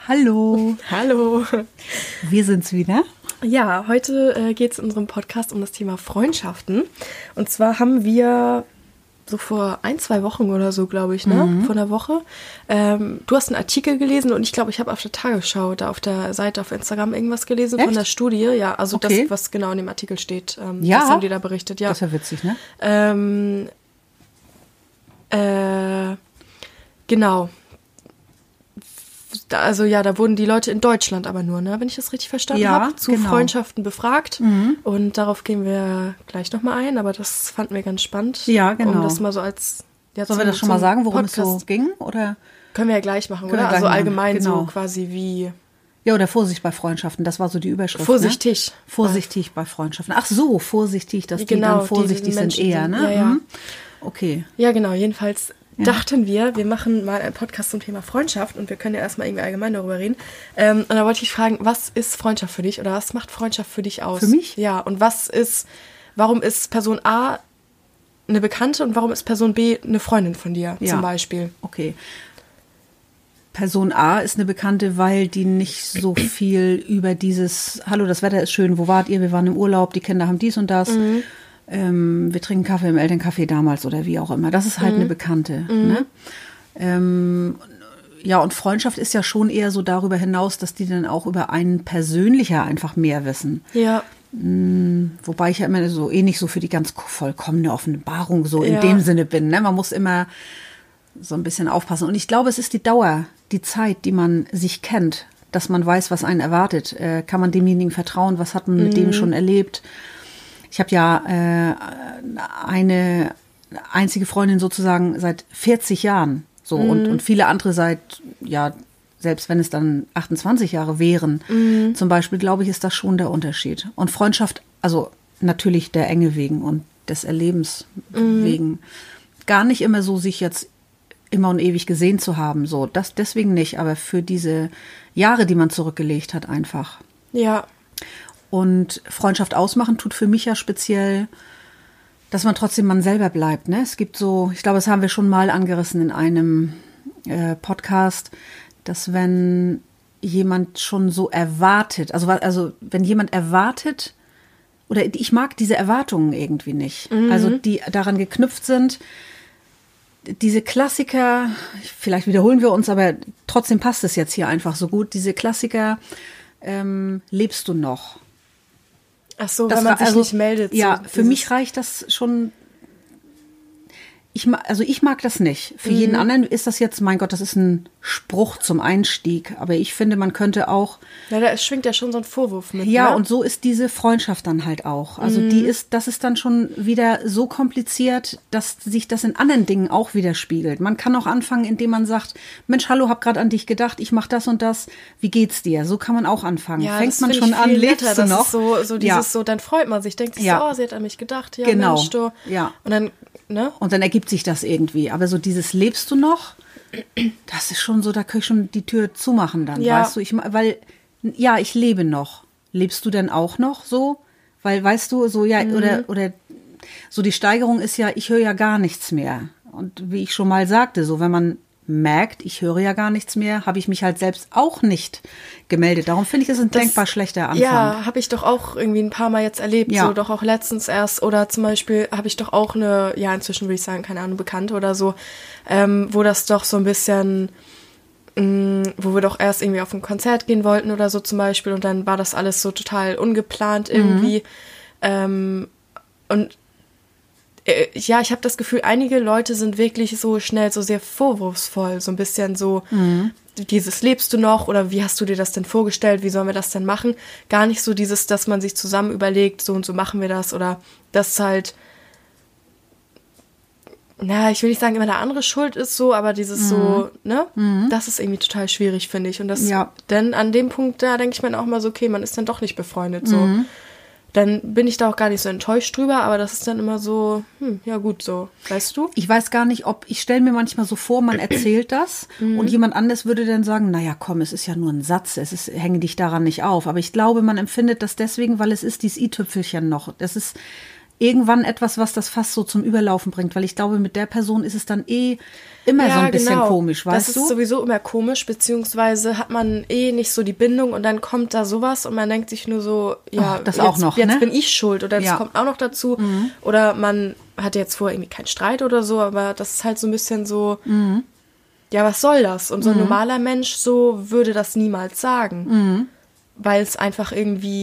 Hallo. Hallo. Wir sind's wieder. Ja, heute geht es in unserem Podcast um das Thema Freundschaften. Und zwar haben wir so vor 1-2 Wochen oder so, glaube ich, vor einer Woche. Du hast einen Artikel gelesen und ich glaube, ich habe auf der Tagesschau, da auf der Seite auf Instagram irgendwas gelesen. Echt? Von der Studie. Ja, also okay. Das, was genau in dem Artikel steht. Ja, das haben die da berichtet. Ja. Das ist ja witzig, ne? Genau. Also ja, da wurden die Leute in Deutschland aber nur, ne, wenn ich das richtig verstanden habe, zu Freundschaften befragt. Und darauf gehen wir gleich nochmal ein, aber das fanden wir ganz spannend. Ja, genau. Um das mal so als... Ja, sollen wir das schon mal sagen, worum es so ging? Oder? Können wir ja gleich machen, oder? Also allgemein so quasi wie... Ja, oder Vorsicht bei Freundschaften, das war so die Überschrift. Vorsichtig. Ne? Vorsichtig bei Freundschaften. Ach so, vorsichtig, dass die dann vorsichtig sind eher, ne? Ja, ja. Okay. Ja, genau, jedenfalls... dachten wir machen mal einen Podcast zum Thema Freundschaft und wir können ja erstmal irgendwie allgemein darüber reden. Und da wollte ich fragen, was ist Freundschaft für dich oder was macht Freundschaft für dich aus? Für mich? Ja, und warum ist Person A eine Bekannte und warum ist Person B eine Freundin von dir zum Beispiel? Okay. Person A ist eine Bekannte, weil die nicht so viel über dieses, hallo, das Wetter ist schön, wo wart ihr? Wir waren im Urlaub, die Kinder haben dies und das. Wir trinken Kaffee im Elterncafé damals oder wie auch immer. Das ist halt eine Bekannte. Ne? Ja, und Freundschaft ist ja schon eher so darüber hinaus, dass die dann auch über einen persönlicher einfach mehr wissen. Ja. Wobei ich ja immer so nicht so für die ganz vollkommene Offenbarung so in dem Sinne bin. Ne? Man muss immer so ein bisschen aufpassen. Und ich glaube, es ist die Dauer, die Zeit, die man sich kennt, dass man weiß, was einen erwartet. Kann man demjenigen vertrauen? Was hat man mit dem schon erlebt? Ich habe ja eine einzige Freundin sozusagen seit 40 Jahren so und viele andere seit, ja, selbst wenn es dann 28 Jahre wären, zum Beispiel, glaube ich, ist das schon der Unterschied. Und Freundschaft, also natürlich der Enge wegen und des Erlebens wegen, gar nicht immer so sich jetzt immer und ewig gesehen zu haben, so, das deswegen nicht, aber für diese Jahre, die man zurückgelegt hat, einfach. Ja. Und Freundschaft ausmachen tut für mich ja speziell, dass man trotzdem man selber bleibt. Ne? Es gibt so, ich glaube, das haben wir schon mal angerissen in einem Podcast, dass wenn jemand schon so erwartet, also wenn jemand erwartet, oder ich mag diese Erwartungen irgendwie nicht, also die daran geknüpft sind, diese Klassiker, vielleicht wiederholen wir uns, aber trotzdem passt es jetzt hier einfach so gut, diese Klassiker, lebst du noch? Ach so, wenn man sich nicht meldet. Ja, so für mich reicht das schon. Ich mag das nicht. Für jeden anderen ist das jetzt, mein Gott, das ist ein Spruch zum Einstieg. Aber ich finde, man könnte auch... Ja, da schwingt ja schon so ein Vorwurf mit. Ja, ne? Und so ist diese Freundschaft dann halt auch. Also das ist dann schon wieder so kompliziert, dass sich das in anderen Dingen auch widerspiegelt. Man kann auch anfangen, indem man sagt, Mensch, hallo, hab gerade an dich gedacht, ich mach das und das. Wie geht's dir? So kann man auch anfangen. Ja, fängt man schon an, lebst du noch? Das ist so dieses so, dann freut man sich, denkt sich so, oh, sie hat an mich gedacht. Ja, genau. Mensch, du. Ja. Und dann... Ne? Und dann ergibt sich das irgendwie. Aber so dieses lebst du noch, das ist schon so, da kann ich schon die Tür zumachen dann, weißt du? Ich lebe noch. Lebst du denn auch noch so? Weil, weißt du, so oder so die Steigerung ist ja, ich höre ja gar nichts mehr. Und wie ich schon mal sagte, so wenn man merkt, ich höre ja gar nichts mehr, habe ich mich halt selbst auch nicht gemeldet. Darum finde ich es ein denkbar schlechter Anfang. Ja, habe ich doch auch irgendwie ein paar Mal jetzt erlebt, so doch auch letztens erst. Oder zum Beispiel habe ich doch auch eine, ja inzwischen würde ich sagen, keine Ahnung, Bekannte oder so, wo das doch so ein bisschen, wo wir doch erst irgendwie auf ein Konzert gehen wollten oder so zum Beispiel und dann war das alles so total ungeplant irgendwie. Und ja, ich habe das Gefühl, einige Leute sind wirklich so schnell so sehr vorwurfsvoll, so ein bisschen so dieses lebst du noch oder wie hast du dir das denn vorgestellt, wie sollen wir das denn machen? Gar nicht so dieses, dass man sich zusammen überlegt, so und so machen wir das oder das halt, ich will nicht sagen, immer der andere schuld ist so, aber dieses so, ne, das ist irgendwie total schwierig, finde ich. Und das, denn an dem Punkt, da denke ich mir auch mal so, okay, man ist dann doch nicht befreundet, so. Dann bin ich da auch gar nicht so enttäuscht drüber, aber das ist dann immer so, ja gut, so, weißt du? Ich weiß gar nicht, ich stelle mir manchmal so vor, man erzählt das und jemand anderes würde dann sagen, naja, komm, es ist ja nur ein Satz, hänge dich daran nicht auf. Aber ich glaube, man empfindet das deswegen, weil es ist dieses i-Tüpfelchen noch. Das ist irgendwann etwas, was das fast so zum Überlaufen bringt, weil ich glaube, mit der Person ist es dann immer so ein bisschen komisch, weißt du? Das ist sowieso immer komisch, beziehungsweise hat man nicht so die Bindung und dann kommt da sowas und man denkt sich nur so, ja, das jetzt, auch noch, jetzt ne? bin ich schuld oder das kommt auch noch dazu. Oder man hatte jetzt vorher irgendwie keinen Streit oder so, aber das ist halt so ein bisschen so, ja, was soll das? Und so ein normaler Mensch so würde das niemals sagen, weil es einfach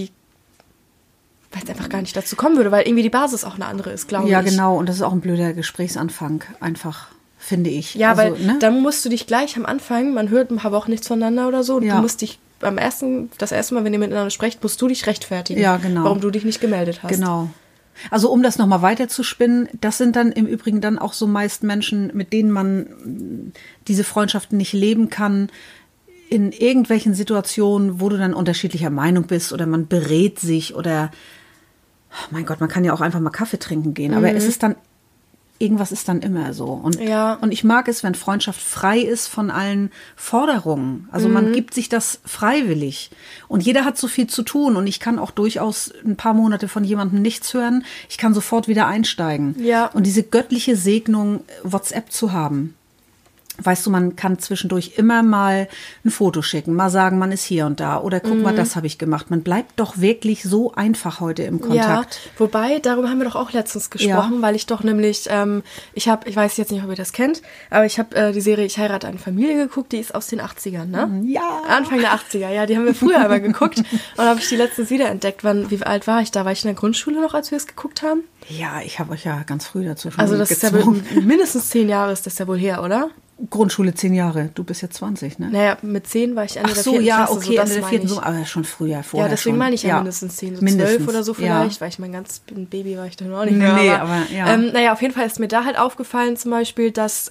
gar nicht dazu kommen würde, weil irgendwie die Basis auch eine andere ist, glaube ich. Ja, genau. Und das ist auch ein blöder Gesprächsanfang, einfach, finde ich. Ja, also, weil dann musst du dich gleich am Anfang, man hört ein paar Wochen nichts voneinander oder so, und du musst dich das erste Mal, wenn ihr miteinander sprecht, musst du dich rechtfertigen, warum du dich nicht gemeldet hast. Genau. Also um das nochmal weiter zu spinnen, das sind dann im Übrigen dann auch so meist Menschen, mit denen man diese Freundschaften nicht leben kann, in irgendwelchen Situationen, wo du dann unterschiedlicher Meinung bist oder man berät sich oder, oh mein Gott, man kann ja auch einfach mal Kaffee trinken gehen, aber es ist dann, irgendwas ist dann immer so. Und ich mag es, wenn Freundschaft frei ist von allen Forderungen. Also man gibt sich das freiwillig. Und jeder hat so viel zu tun. Und ich kann auch durchaus ein paar Monate von jemandem nichts hören. Ich kann sofort wieder einsteigen. Ja. Und diese göttliche Segnung, WhatsApp zu haben. Weißt du, man kann zwischendurch immer mal ein Foto schicken, mal sagen, man ist hier und da. Oder guck mal, das habe ich gemacht. Man bleibt doch wirklich so einfach heute im Kontakt. Ja, wobei, darüber haben wir doch auch letztens gesprochen, weil ich doch nämlich, ich weiß jetzt nicht, ob ihr das kennt, aber ich habe die Serie Ich heirate eine Familie geguckt, die ist aus den 80ern, ne? Ja. Anfang der 80er, ja, die haben wir früher aber geguckt. Und habe ich die letztens wiederentdeckt. Wie alt war ich da? War ich in der Grundschule noch, als wir es geguckt haben? Ja, ich habe euch ja ganz früh dazu schon Also das gezwungen. ist ja mindestens 10 Jahre ist das ja wohl her, oder? Grundschule 10 Jahre, du bist ja 20, ne? Naja, mit 10 war ich Ende der 4. ja, Klasse. okay, so, Ende der 4. So, aber schon früher, vorher ja, deswegen schon. meine ich ja mindestens 10, so mindestens. 12 oder so vielleicht, weil ich mein ganz ein Baby war ich da noch nicht mehr. Nee, aber ja. Naja, auf jeden Fall ist mir da halt aufgefallen zum Beispiel, dass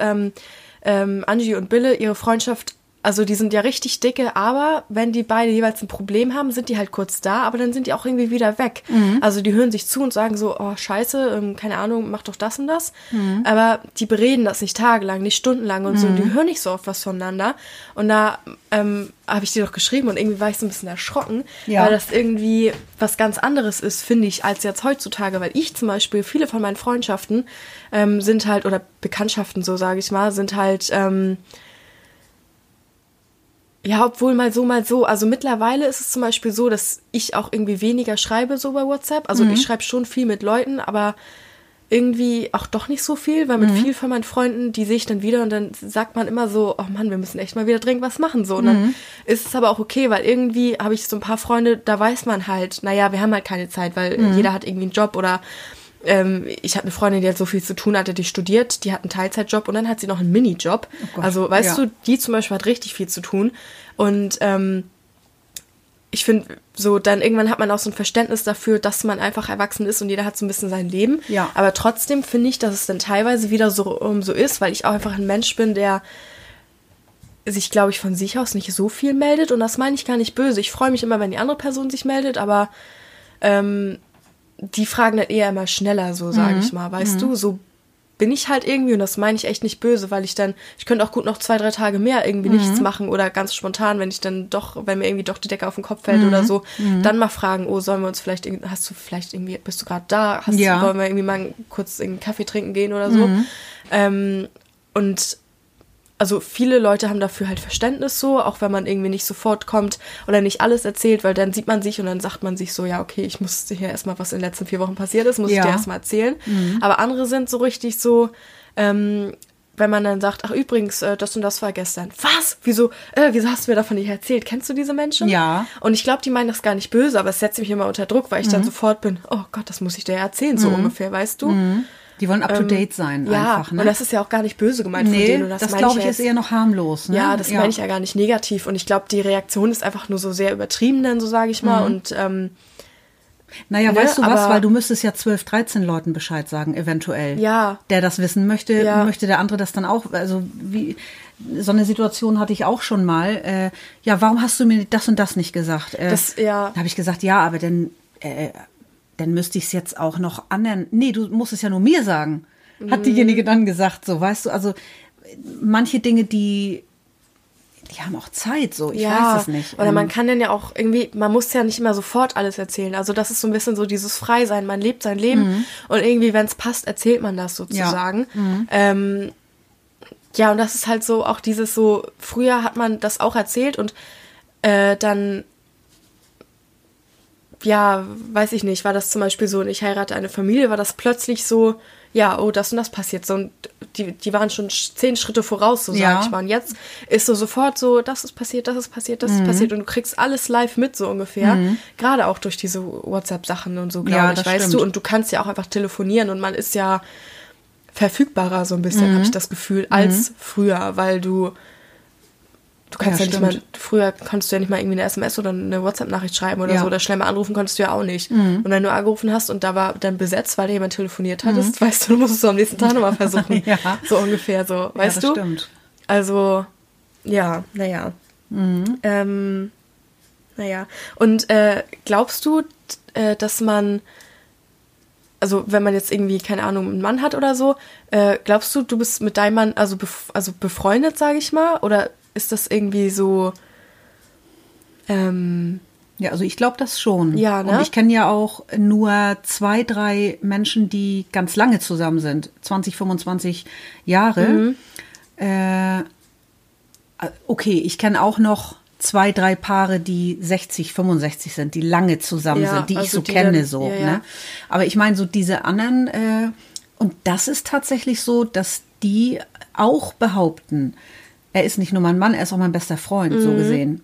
Angie und Bille ihre Freundschaft, also die sind ja richtig dicke, aber wenn die beide jeweils ein Problem haben, sind die halt kurz da, aber dann sind die auch irgendwie wieder weg. Also die hören sich zu und sagen so, oh scheiße, keine Ahnung, mach doch das und das. Aber die bereden das nicht tagelang, nicht stundenlang und so. Und die hören nicht so oft was voneinander. Und da habe ich dir doch geschrieben und irgendwie war ich so ein bisschen erschrocken, weil das irgendwie was ganz anderes ist, finde ich, als jetzt heutzutage. Weil ich zum Beispiel, viele von meinen Freundschaften sind halt, oder Bekanntschaften, so sage ich mal, sind halt ja, obwohl mal so. Also mittlerweile ist es zum Beispiel so, dass ich auch irgendwie weniger schreibe so bei WhatsApp. Also ich schreibe schon viel mit Leuten, aber irgendwie auch doch nicht so viel, weil mit viel von meinen Freunden, die sehe ich dann wieder und dann sagt man immer so, oh Mann, wir müssen echt mal wieder dringend was machen. So. Und dann ist es aber auch okay, weil irgendwie habe ich so ein paar Freunde, da weiß man halt, naja, wir haben halt keine Zeit, weil jeder hat irgendwie einen Job oder ich hatte eine Freundin, die halt so viel zu tun hatte, die studiert, die hat einen Teilzeitjob und dann hat sie noch einen Minijob. Oh also, weißt du, die zum Beispiel hat richtig viel zu tun. Und ich finde, so dann irgendwann hat man auch so ein Verständnis dafür, dass man einfach erwachsen ist und jeder hat so ein bisschen sein Leben. Ja. Aber trotzdem finde ich, dass es dann teilweise wieder so ist, weil ich auch einfach ein Mensch bin, der sich, glaube ich, von sich aus nicht so viel meldet. Und das meine ich gar nicht böse. Ich freue mich immer, wenn die andere Person sich meldet, aber die fragen dann eher immer schneller, so sage ich mal, weißt du, so bin ich halt irgendwie und das meine ich echt nicht böse, weil ich könnte auch gut noch 2-3 Tage mehr irgendwie nichts machen oder ganz spontan, wenn mir irgendwie doch die Decke auf den Kopf fällt oder so, dann mal fragen, oh, sollen wir uns vielleicht, bist du gerade da, wollen wir irgendwie mal kurz einen Kaffee trinken gehen oder so, und also viele Leute haben dafür halt Verständnis so, auch wenn man irgendwie nicht sofort kommt oder nicht alles erzählt, weil dann sieht man sich und dann sagt man sich so, ja, okay, ich muss dir hier erstmal, was in den letzten 4 Wochen passiert ist, muss ich dir erstmal erzählen. Aber andere sind so richtig so, wenn man dann sagt, ach übrigens, das und das war gestern. Was? Wieso hast du mir davon nicht erzählt? Kennst du diese Menschen? Ja. Und ich glaube, die meinen das gar nicht böse, aber es setzt mich immer unter Druck, weil ich dann sofort bin, oh Gott, das muss ich dir erzählen, so ungefähr, weißt du? Die wollen up-to-date sein einfach, ne? Und das ist ja auch gar nicht böse gemeint von denen. Und das glaube ich ist eher noch harmlos, ne? Ja, das meine ich ja gar nicht negativ. Und ich glaube, die Reaktion ist einfach nur so sehr übertrieben dann, so sage ich mal. Und naja, weißt du was? Weil du müsstest ja 12, 13 Leuten Bescheid sagen, eventuell. Ja. Der das wissen möchte, möchte der andere das dann auch. Also so eine Situation hatte ich auch schon mal. Ja, warum hast du mir das und das nicht gesagt? Da habe ich gesagt, ja, aber dann müsste ich es jetzt auch noch anderen. Nee, du musst es ja nur mir sagen, hat diejenige dann gesagt, so, weißt du, also manche Dinge, die die haben auch Zeit, so, ich weiß es nicht. Oder man kann dann ja auch irgendwie, man muss ja nicht immer sofort alles erzählen. Also das ist so ein bisschen so dieses Freisein, man lebt sein Leben und irgendwie, wenn es passt, erzählt man das sozusagen. Ja, und das ist halt so auch dieses so, früher hat man das auch erzählt und dann, ja, weiß ich nicht, war das zum Beispiel so, und ich heirate eine Familie, war das plötzlich so, ja, oh, das und das passiert so, und die waren schon 10 Schritte voraus, so sag ich mal, und jetzt ist so sofort so, das ist passiert, das ist passiert, das ist passiert, und du kriegst alles live mit, so ungefähr, gerade auch durch diese WhatsApp-Sachen und so, glaube ich, weißt du, und du kannst ja auch einfach telefonieren und man ist ja verfügbarer so ein bisschen, habe ich das Gefühl, als früher, weil du kannst ja nicht mal, früher konntest du ja nicht mal irgendwie eine SMS oder eine WhatsApp-Nachricht schreiben oder so, oder schnell mal anrufen konntest du ja auch nicht. Und wenn du angerufen hast und da war dann besetzt, weil da jemand telefoniert hattest, weißt du musst es am nächsten Tag nochmal versuchen. So ungefähr so, weißt du? Stimmt. Also, ja, naja. Naja. Und glaubst du, dass man, also wenn man jetzt irgendwie, keine Ahnung, einen Mann hat oder so, glaubst du, du bist mit deinem Mann also befreundet, sage ich mal, oder ist das irgendwie so? Ja, also ich glaube das schon. Ja, ne? Und ich kenne ja auch nur 2, 3 Menschen, die ganz lange zusammen sind. 20, 25 Jahre. Okay, ich kenne auch noch 2, 3 Paare, die 60, 65 sind, die lange zusammen sind, die also ich so kenne. So, ne? Aber ich meine, so diese anderen, und das ist tatsächlich so, dass die auch behaupten, er ist nicht nur mein Mann, er ist auch mein bester Freund, so gesehen.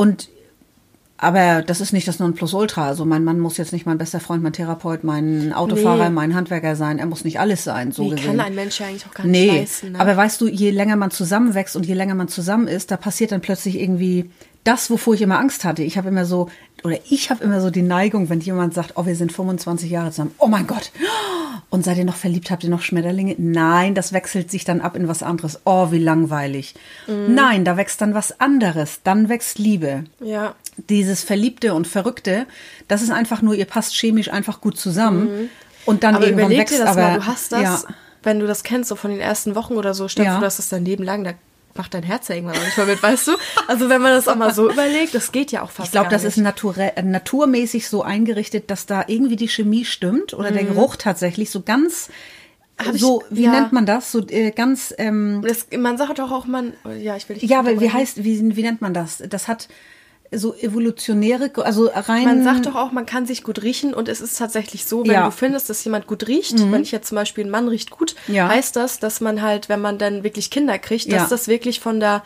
Aber das ist nicht das Nonplusultra. Also mein Mann muss jetzt nicht mein bester Freund, mein Therapeut, mein Autofahrer, mein Handwerker sein. Er muss nicht alles sein, so gesehen. Kann ein Mensch ja eigentlich auch gar nicht leisten. Ne? Aber weißt du, je länger man zusammenwächst und je länger man zusammen ist, da passiert dann plötzlich irgendwie das, wovor ich immer Angst hatte. Ich habe immer so die Neigung, wenn jemand sagt, oh, wir sind 25 Jahre zusammen. Oh mein Gott. Und seid ihr noch verliebt? Habt ihr noch Schmetterlinge? Nein, das wechselt sich dann ab in was anderes. Oh, wie langweilig. Nein, da wächst dann was anderes. Dann wächst Liebe. Ja. Dieses Verliebte und Verrückte, das ist einfach nur, ihr passt chemisch einfach gut zusammen. Und dann aber irgendwann überleg wächst dir das aber mal, du hast das, wenn du das kennst, so von den ersten Wochen oder so, stell dir vor, du hast das dein Leben lang, da macht dein Herz ja irgendwann auch nicht mehr mit, weißt du? Also wenn man das auch mal so überlegt, das geht ja auch fast gar nicht. Ich glaube, das ist naturmäßig so eingerichtet, dass da irgendwie die Chemie stimmt oder der Geruch tatsächlich so ganz, wie nennt man das? So ganz. Man sagt doch auch, ich will nicht. Ja, aber wie nennt man das? Das hat so evolutionäre, also rein. Man sagt doch auch, man kann sich gut riechen und es ist tatsächlich so, wenn du findest, dass jemand gut riecht, wenn ich jetzt zum Beispiel, ein Mann riecht gut, heißt das, dass man halt, wenn man dann wirklich Kinder kriegt, dass das wirklich von der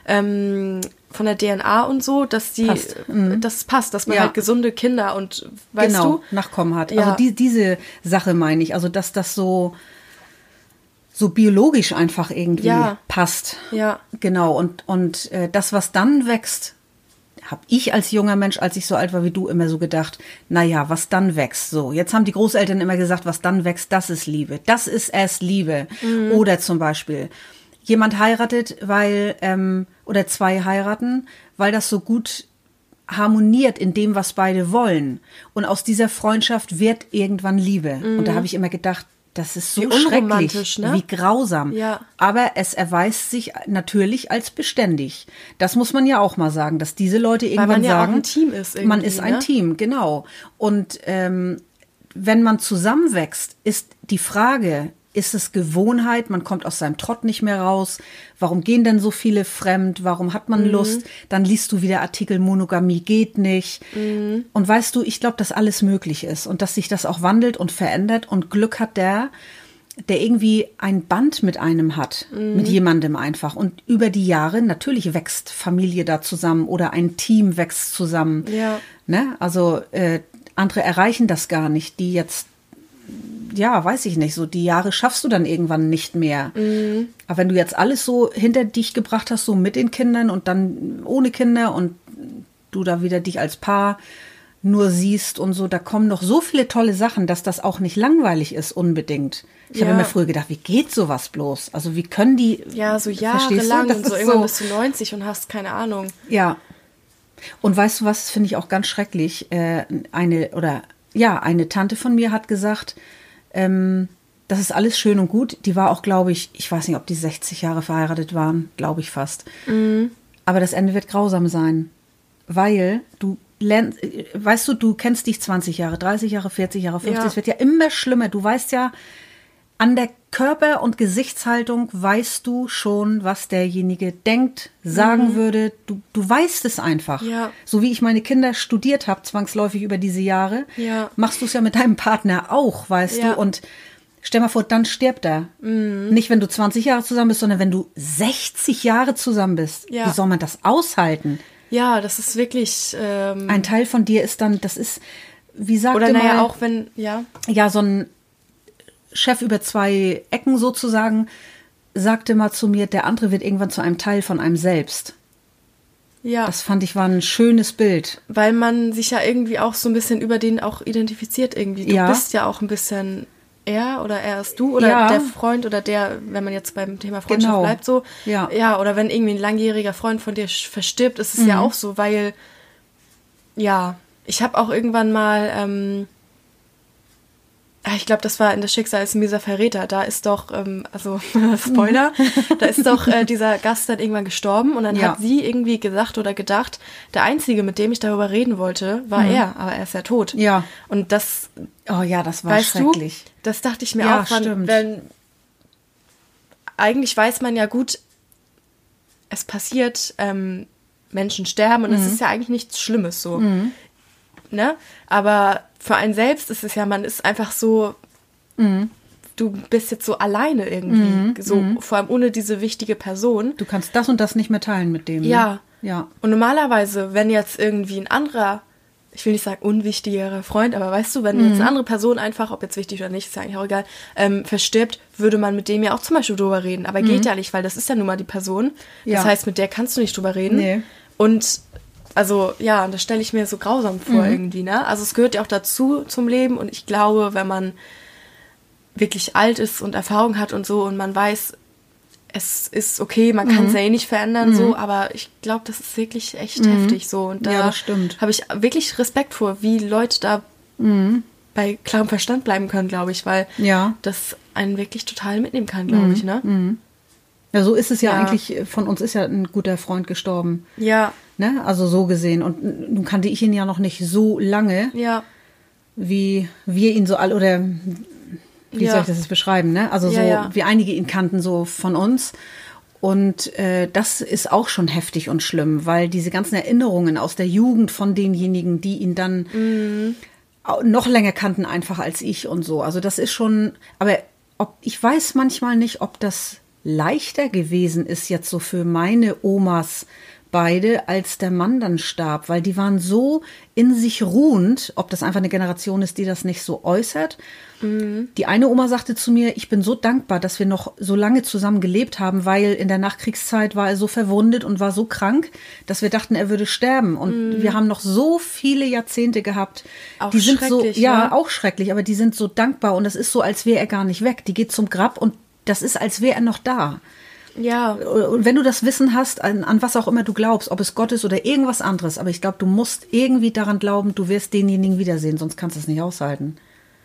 DNA und so, dass das passt, dass man halt gesunde Kinder und, weißt du? Nachkommen hat. Also diese Sache meine ich, also dass das so biologisch einfach irgendwie passt. Ja. Genau. Und das, was dann wächst, habe ich als junger Mensch, als ich so alt war wie du, immer so gedacht, naja, was dann wächst. So, jetzt haben die Großeltern immer gesagt, was dann wächst, das ist Liebe. Das ist erst Liebe. Oder zum Beispiel, jemand heiratet, oder 2 heiraten, weil das so gut harmoniert in dem, was beide wollen. Und aus dieser Freundschaft wird irgendwann Liebe. Und da habe ich immer gedacht, das ist so schrecklich, ne? Wie grausam. Ja. Aber es erweist sich natürlich als beständig. Das muss man ja auch mal sagen, dass diese Leute irgendwann sagen, auch ein Team ist irgendwie, man ist ein Team, genau. Und wenn man zusammenwächst, ist die Frage, ist es Gewohnheit, man kommt aus seinem Trott nicht mehr raus, warum gehen denn so viele fremd, warum hat man Lust, dann liest du wieder Artikel, Monogamie geht nicht. Und weißt du, ich glaube, dass alles möglich ist und dass sich das auch wandelt und verändert und Glück hat der irgendwie ein Band mit einem hat, mit jemandem einfach. Und über die Jahre, natürlich wächst Familie da zusammen oder ein Team wächst zusammen. Ja. Ne? Also andere erreichen das gar nicht, die jetzt, ja, weiß ich nicht, so die Jahre schaffst du dann irgendwann nicht mehr. Aber wenn du jetzt alles so hinter dich gebracht hast, so mit den Kindern und dann ohne Kinder und du da wieder dich als Paar nur siehst und so, da kommen noch so viele tolle Sachen, dass das auch nicht langweilig ist unbedingt. Ich habe immer früher gedacht, wie geht sowas bloß? Also wie können die... Ja, so jahrelang und so irgendwann bist du 90 und hast keine Ahnung. Ja. Und weißt du was, finde ich auch ganz schrecklich. Eine Tante von mir hat gesagt, das ist alles schön und gut. Die war auch, glaube ich weiß nicht, ob die 60 Jahre verheiratet waren, glaube ich fast. Aber das Ende wird grausam sein, weil du lernst, weißt du, du kennst dich 20 Jahre, 30 Jahre, 40 Jahre, 50, es wird ja immer schlimmer. Du weißt ja, an der Körper- und Gesichtshaltung weißt du schon, was derjenige denkt, sagen würde. Du weißt es einfach. Ja. So wie ich meine Kinder studiert habe, zwangsläufig über diese Jahre, machst du es ja mit deinem Partner auch, weißt du. Und stell mal vor, dann stirbt er. Nicht, wenn du 20 Jahre zusammen bist, sondern wenn du 60 Jahre zusammen bist. Ja. Wie soll man das aushalten? Ja, das ist wirklich... Ein Teil von dir ist dann, das ist, wie sagte oder naja, mal... auch wenn, ja, so ein Chef über 2 Ecken sozusagen, sagte mal zu mir, der andere wird irgendwann zu einem Teil von einem selbst. ja. Das fand ich war ein schönes Bild. Weil man sich ja irgendwie auch so ein bisschen über den auch identifiziert irgendwie. Du Ja. bist ja auch ein bisschen er oder er ist du oder Ja. der Freund oder der, wenn man jetzt beim Thema Freundschaft Genau. bleibt, so. Ja. Ja, oder wenn irgendwie ein langjähriger Freund von dir verstirbt, ist es ja auch so, weil, ja, ich habe auch irgendwann mal, ich glaube, das war in Das Schicksal ist ein mieser Verräter. Da ist doch, also Spoiler, da ist doch dieser Gast dann irgendwann gestorben und dann Ja. hat sie irgendwie gesagt oder gedacht, der Einzige, mit dem ich darüber reden wollte, war er, aber er ist ja tot. Ja. Und das, Oh ja, das war weißt schrecklich. du, das dachte ich mir Ja, auch, wann, stimmt. wenn eigentlich weiß man ja gut, es passiert, Menschen sterben und es ist ja eigentlich nichts Schlimmes so. Ne? Aber für einen selbst ist es ja, man ist einfach so, du bist jetzt so alleine irgendwie, so vor allem ohne diese wichtige Person. Du kannst das und das nicht mehr teilen mit dem. Ja. Ne? Ja. Und normalerweise, wenn jetzt irgendwie ein anderer, ich will nicht sagen unwichtigerer Freund, aber weißt du, wenn jetzt eine andere Person einfach, ob jetzt wichtig oder nicht, ist ja eigentlich auch egal, verstirbt, würde man mit dem ja auch zum Beispiel drüber reden. Aber geht ja nicht, weil das ist ja nun mal die Person. Das Ja. heißt, mit der kannst du nicht drüber reden. Nee. Und also ja, das stelle ich mir so grausam vor irgendwie, ne? Also es gehört ja auch dazu zum Leben und ich glaube, wenn man wirklich alt ist und Erfahrung hat und so und man weiß, es ist okay, man kann es ja eh nicht verändern, so, aber ich glaube, das ist wirklich echt heftig so. Und Ja, da das stimmt. habe ich wirklich Respekt vor, wie Leute da bei klarem Verstand bleiben können, glaube ich, weil Ja. das einen wirklich total mitnehmen kann, glaube ich, ne? Ja, so ist es ja Ja. eigentlich, von uns ist ja ein guter Freund gestorben. Ja, Ne? Also so gesehen. Und nun kannte ich ihn ja noch nicht so lange, ja, wie wir ihn so all oder wie Ja. soll ich das jetzt beschreiben, ne? Also so Ja. wie einige ihn kannten, so von uns. Und das ist auch schon heftig und schlimm, weil diese ganzen Erinnerungen aus der Jugend von denjenigen, die ihn dann noch länger kannten einfach als ich und so. Also das ist schon, aber ich weiß manchmal nicht, ob das leichter gewesen ist jetzt so für meine Omas beide, als der Mann dann starb, weil die waren so in sich ruhend, ob das einfach eine Generation ist, die das nicht so äußert. Die eine Oma sagte zu mir, ich bin so dankbar, dass wir noch so lange zusammen gelebt haben, weil in der Nachkriegszeit war er so verwundet und war so krank, dass wir dachten, er würde sterben. Und wir haben noch so viele Jahrzehnte gehabt. Auch die sind so, schrecklich, ja, ne? auch schrecklich, aber die sind so dankbar und das ist so, als wäre er gar nicht weg. Die geht zum Grab und das ist, als wäre er noch da. ja. Und wenn du das Wissen hast, an was auch immer du glaubst, ob es Gott ist oder irgendwas anderes, aber ich glaube, du musst irgendwie daran glauben, du wirst denjenigen wiedersehen, sonst kannst du es nicht aushalten.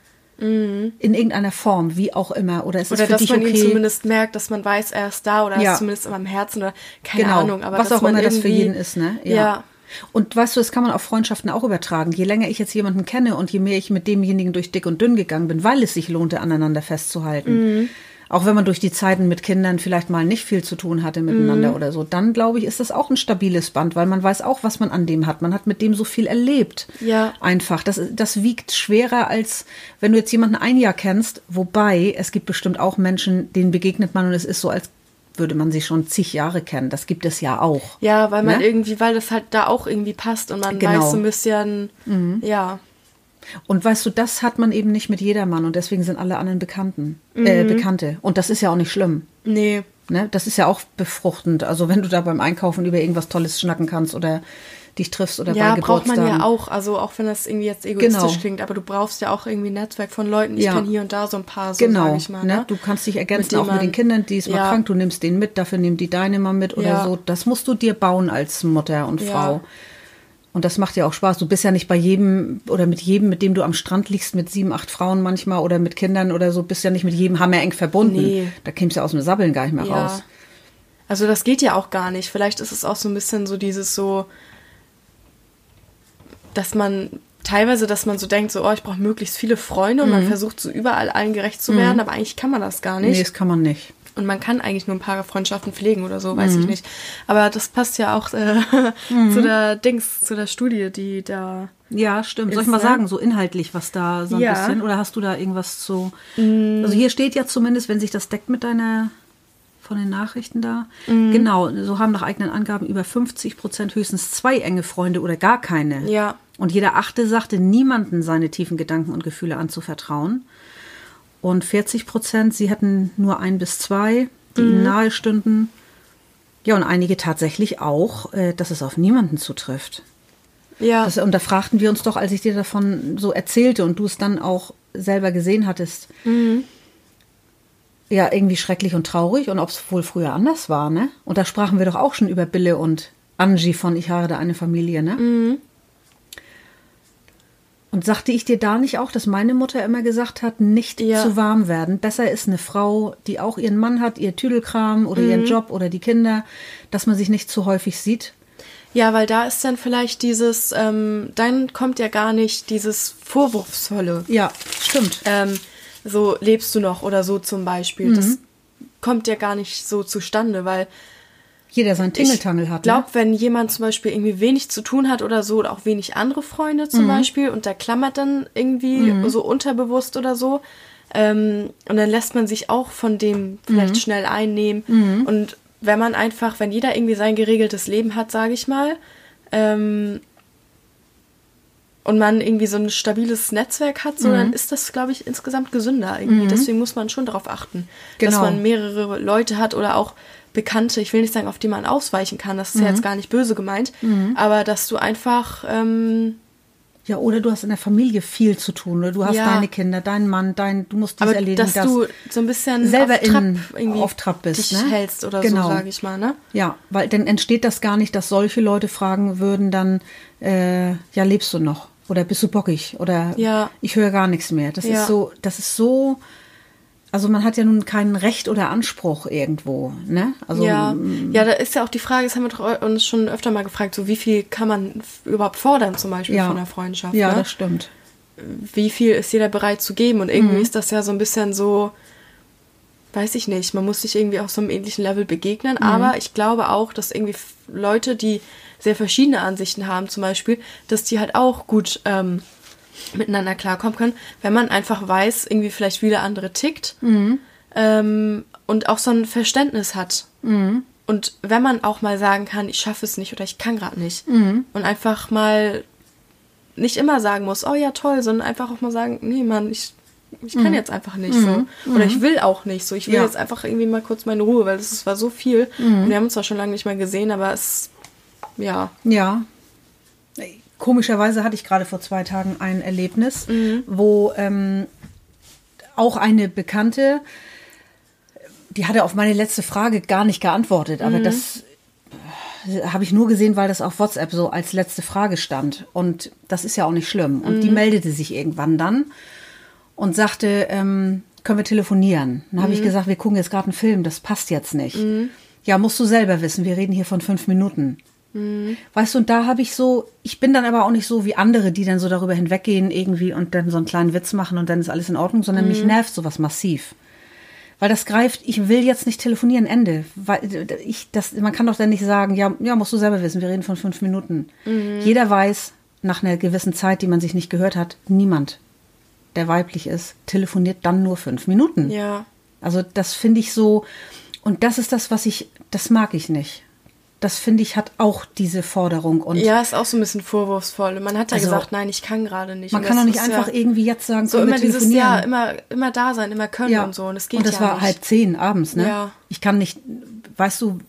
In irgendeiner Form, wie auch immer. Oder es ist Oder für dass dich man okay. ihn zumindest merkt, dass man weiß, er ist da oder er Ja. ist zumindest in meinem Herzen oder keine Genau, Ahnung. Aber was dass auch man immer das für irgendwie- jeden ist, ne? Ja. Und weißt du, das kann man auf Freundschaften auch übertragen. Je länger ich jetzt jemanden kenne und je mehr ich mit demjenigen durch dick und dünn gegangen bin, weil es sich lohnte, aneinander festzuhalten. Auch wenn man durch die Zeiten mit Kindern vielleicht mal nicht viel zu tun hatte miteinander oder so, dann glaube ich, ist das auch ein stabiles Band, weil man weiß auch, was man an dem hat. Man hat mit dem so viel erlebt. Ja. Einfach. Das wiegt schwerer, als wenn du jetzt jemanden ein Jahr kennst. Wobei, es gibt bestimmt auch Menschen, denen begegnet man und es ist so, als würde man sie schon zig Jahre kennen. Das gibt es ja auch. Ja, weil man Ne? irgendwie, weil das halt da auch irgendwie passt und man Genau. weiß so ein bisschen, ja. Und weißt du, das hat man eben nicht mit jedermann und deswegen sind alle anderen Bekannte. Und das ist ja auch nicht schlimm. Nee. Ne? Das ist ja auch befruchtend. Also wenn du da beim Einkaufen über irgendwas Tolles schnacken kannst oder dich triffst oder Ja, bei braucht man Geburtstagen. ja auch. Also auch wenn das irgendwie jetzt egoistisch Genau. klingt, aber du brauchst ja auch irgendwie ein Netzwerk von Leuten. Ich Ja. kenne hier und da so ein paar, so Genau, sag ich mal. ne? Du kannst dich ergänzen, Mit dem auch mit den man- Kindern, die ist mal Ja. krank, du nimmst den mit, dafür nehmen die deine mal mit oder Ja. so. Das musst du dir bauen als Mutter und Ja. Frau. Und das macht ja auch Spaß. Du bist ja nicht bei jedem oder mit jedem, mit dem du am Strand liegst, mit 7, 8 Frauen manchmal oder mit Kindern oder so, bist ja nicht mit jedem hammereng verbunden. Nee. Da kämst du ja aus dem Sabbeln gar nicht mehr Ja. raus. Also das geht ja auch gar nicht. Vielleicht ist es auch so ein bisschen so dieses so, dass man so denkt, so, oh, ich brauche möglichst viele Freunde und man versucht so überall allen gerecht zu werden, aber eigentlich kann man das gar nicht. Nee, das kann man nicht. Und man kann eigentlich nur ein paar Freundschaften pflegen oder so, weiß ich nicht. Aber das passt ja auch zu der Studie, die da. Ja, stimmt. Soll ich mal sagen, so inhaltlich, was da so ein bisschen, oder hast du da irgendwas zu? Also hier steht ja zumindest, wenn sich das deckt mit von den Nachrichten da. Genau, so haben nach eigenen Angaben über 50% höchstens 2 enge Freunde oder gar keine. Ja. Und jeder 8. sagte, niemanden seine tiefen Gedanken und Gefühle anzuvertrauen. Und 40%, sie hätten nur 1 bis 2, die ihnen nahe stünden. Ja, und einige tatsächlich auch, dass es auf niemanden zutrifft. Ja. Und da fragten wir uns doch, als ich dir davon so erzählte und du es dann auch selber gesehen hattest, ja, irgendwie schrecklich und traurig und ob es wohl früher anders war, ne? Und da sprachen wir doch auch schon über Bille und Angie von Ich heirate eine Familie, ne? Und sagte ich dir da nicht auch, dass meine Mutter immer gesagt hat, nicht zu warm werden. Besser ist eine Frau, die auch ihren Mann hat, ihr Tüdelkram oder ihren Job oder die Kinder, dass man sich nicht zu häufig sieht. Ja, weil da ist dann vielleicht dieses, dann kommt ja gar nicht dieses Vorwurfsvolle. Ja, stimmt. So lebst du noch oder so zum Beispiel. Das kommt ja gar nicht so zustande, weil jeder seinen Tingeltangel hat. Ich glaube, wenn jemand zum Beispiel irgendwie wenig zu tun hat oder so, oder auch wenig andere Freunde zum Beispiel, und der klammert dann irgendwie so unterbewusst oder so, und dann lässt man sich auch von dem vielleicht schnell einnehmen. Und wenn jeder irgendwie sein geregeltes Leben hat, sage ich mal, und man irgendwie so ein stabiles Netzwerk hat, so, dann ist das, glaube ich, insgesamt gesünder irgendwie. Deswegen muss man schon darauf achten, dass man mehrere Leute hat oder auch Bekannte, ich will nicht sagen, auf die man ausweichen kann, das ist ja jetzt gar nicht böse gemeint, aber dass du einfach... ja, oder du hast in der Familie viel zu tun, oder du hast deine Kinder, deinen Mann, du musst dies erledigen, dass du so ein bisschen selber auf Trab bist, dich hältst oder so, sage ich mal, ne? Ja, weil dann entsteht das gar nicht, dass solche Leute fragen würden dann, ja, lebst du noch? Oder bist du bockig? Oder ich höre gar nichts mehr. Das ist so, also man hat ja nun kein Recht oder Anspruch irgendwo, ne? Also, ja, da ist ja auch die Frage, das haben wir doch uns schon öfter mal gefragt, so wie viel kann man überhaupt fordern zum Beispiel von einer Freundschaft? Ja, ne? Das stimmt. Wie viel ist jeder bereit zu geben? Und irgendwie ist das ja so ein bisschen so, weiß ich nicht, man muss sich irgendwie auf so einem ähnlichen Level begegnen, aber ich glaube auch, dass irgendwie Leute, die sehr verschiedene Ansichten haben zum Beispiel, dass die halt auch gut miteinander klarkommen können, wenn man einfach weiß, irgendwie vielleicht wie der andere tickt und auch so ein Verständnis hat. Und wenn man auch mal sagen kann, ich schaffe es nicht oder ich kann gerade nicht und einfach mal nicht immer sagen muss, oh ja, toll, sondern einfach auch mal sagen, nee, Mann, ich kann jetzt einfach nicht so. Oder ich will auch nicht so. Ich will jetzt einfach irgendwie mal kurz meine Ruhe, weil das war so viel. Und wir haben uns zwar schon lange nicht mehr gesehen, aber es, ja. Ja. Komischerweise hatte ich gerade vor 2 Tagen ein Erlebnis, wo auch eine Bekannte, die hatte auf meine letzte Frage gar nicht geantwortet, aber das habe ich nur gesehen, weil das auf WhatsApp so als letzte Frage stand. Und das ist ja auch nicht schlimm. Und die meldete sich irgendwann dann und sagte, können wir telefonieren? Dann habe ich gesagt, wir gucken jetzt gerade einen Film, das passt jetzt nicht. Ja, musst du selber wissen, wir reden hier von 5 Minuten. Weißt du, und da habe ich so, ich bin dann aber auch nicht so wie andere, die dann so darüber hinweggehen irgendwie und dann so einen kleinen Witz machen und dann ist alles in Ordnung, sondern mich nervt sowas massiv. Weil das greift, ich will jetzt nicht telefonieren, Ende. Weil man kann doch dann nicht sagen, ja, musst du selber wissen, wir reden von 5 Minuten. Jeder weiß, nach einer gewissen Zeit, die man sich nicht gehört hat, niemand, der weiblich ist, telefoniert dann nur 5 Minuten. Ja. Also das finde ich so, und das ist das, das mag ich nicht. Das, finde ich, hat auch diese Forderung. Und ja, ist auch so ein bisschen vorwurfsvoll. Man hat ja gesagt, nein, ich kann gerade nicht. Man kann doch nicht einfach irgendwie jetzt sagen, so immer dieses Jahr, immer da sein, immer können und so. Und es geht ja nicht. Und das war 9:30 abends, ne? Ja. Ich kann nicht, weißt du,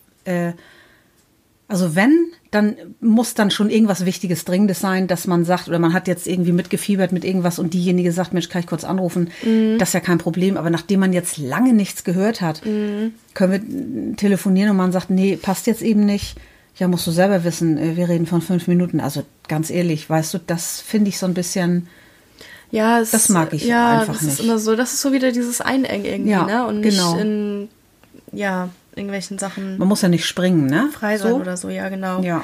also wenn, dann muss dann schon irgendwas Wichtiges, Dringendes sein, dass man sagt, oder man hat jetzt irgendwie mitgefiebert mit irgendwas und diejenige sagt, Mensch, kann ich kurz anrufen? Das ist ja kein Problem. Aber nachdem man jetzt lange nichts gehört hat, können wir telefonieren und man sagt, nee, passt jetzt eben nicht. Ja, musst du selber wissen, wir reden von 5 Minuten. Also ganz ehrlich, weißt du, das finde ich so ein bisschen, ja, das mag ich einfach nicht. Ist immer so, das ist so wieder dieses Einengen irgendwie, ne? Und nicht irgendwelchen Sachen Man muss ja nicht springen, ne? frei sein oder so, ja, genau. Ja.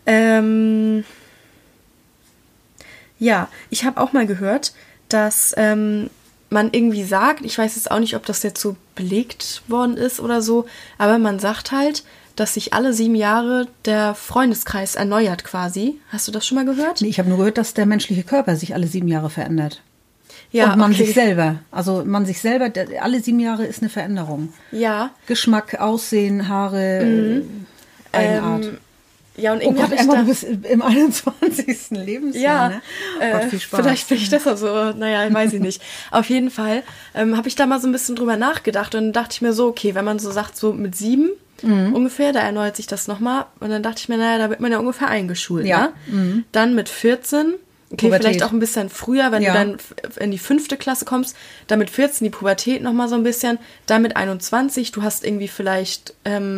Ja, ich habe auch mal gehört, dass man irgendwie sagt, ich weiß jetzt auch nicht, ob das jetzt so belegt worden ist oder so, aber man sagt halt, dass sich alle 7 Jahre der Freundeskreis erneuert quasi. Hast du das schon mal gehört? Nee, ich habe nur gehört, dass der menschliche Körper sich alle 7 Jahre verändert. Ja, und man okay. sich selber. Also man sich selber, alle 7 Jahre ist eine Veränderung. Ja. Geschmack, Aussehen, Haare, Eigenart. Ja, und Oh irgendwie Gott, habe ich Emma, da... du bist im 21. Lebensjahr, ne? Gott, viel Spaß. Vielleicht bin ich deshalb so, naja, weiß ich nicht. Auf jeden Fall habe ich da mal so ein bisschen drüber nachgedacht und dann dachte ich mir so, okay, wenn man so sagt, so mit 7 ungefähr, da erneuert sich das nochmal und dann dachte ich mir, naja, da wird man ja ungefähr eingeschult, Ja. ne? Dann mit 14, okay, Pubertät. vielleicht auch ein bisschen früher, wenn Ja. du dann in die 5. Klasse kommst, dann mit 14 die Pubertät nochmal so ein bisschen, dann mit 21, du hast irgendwie vielleicht...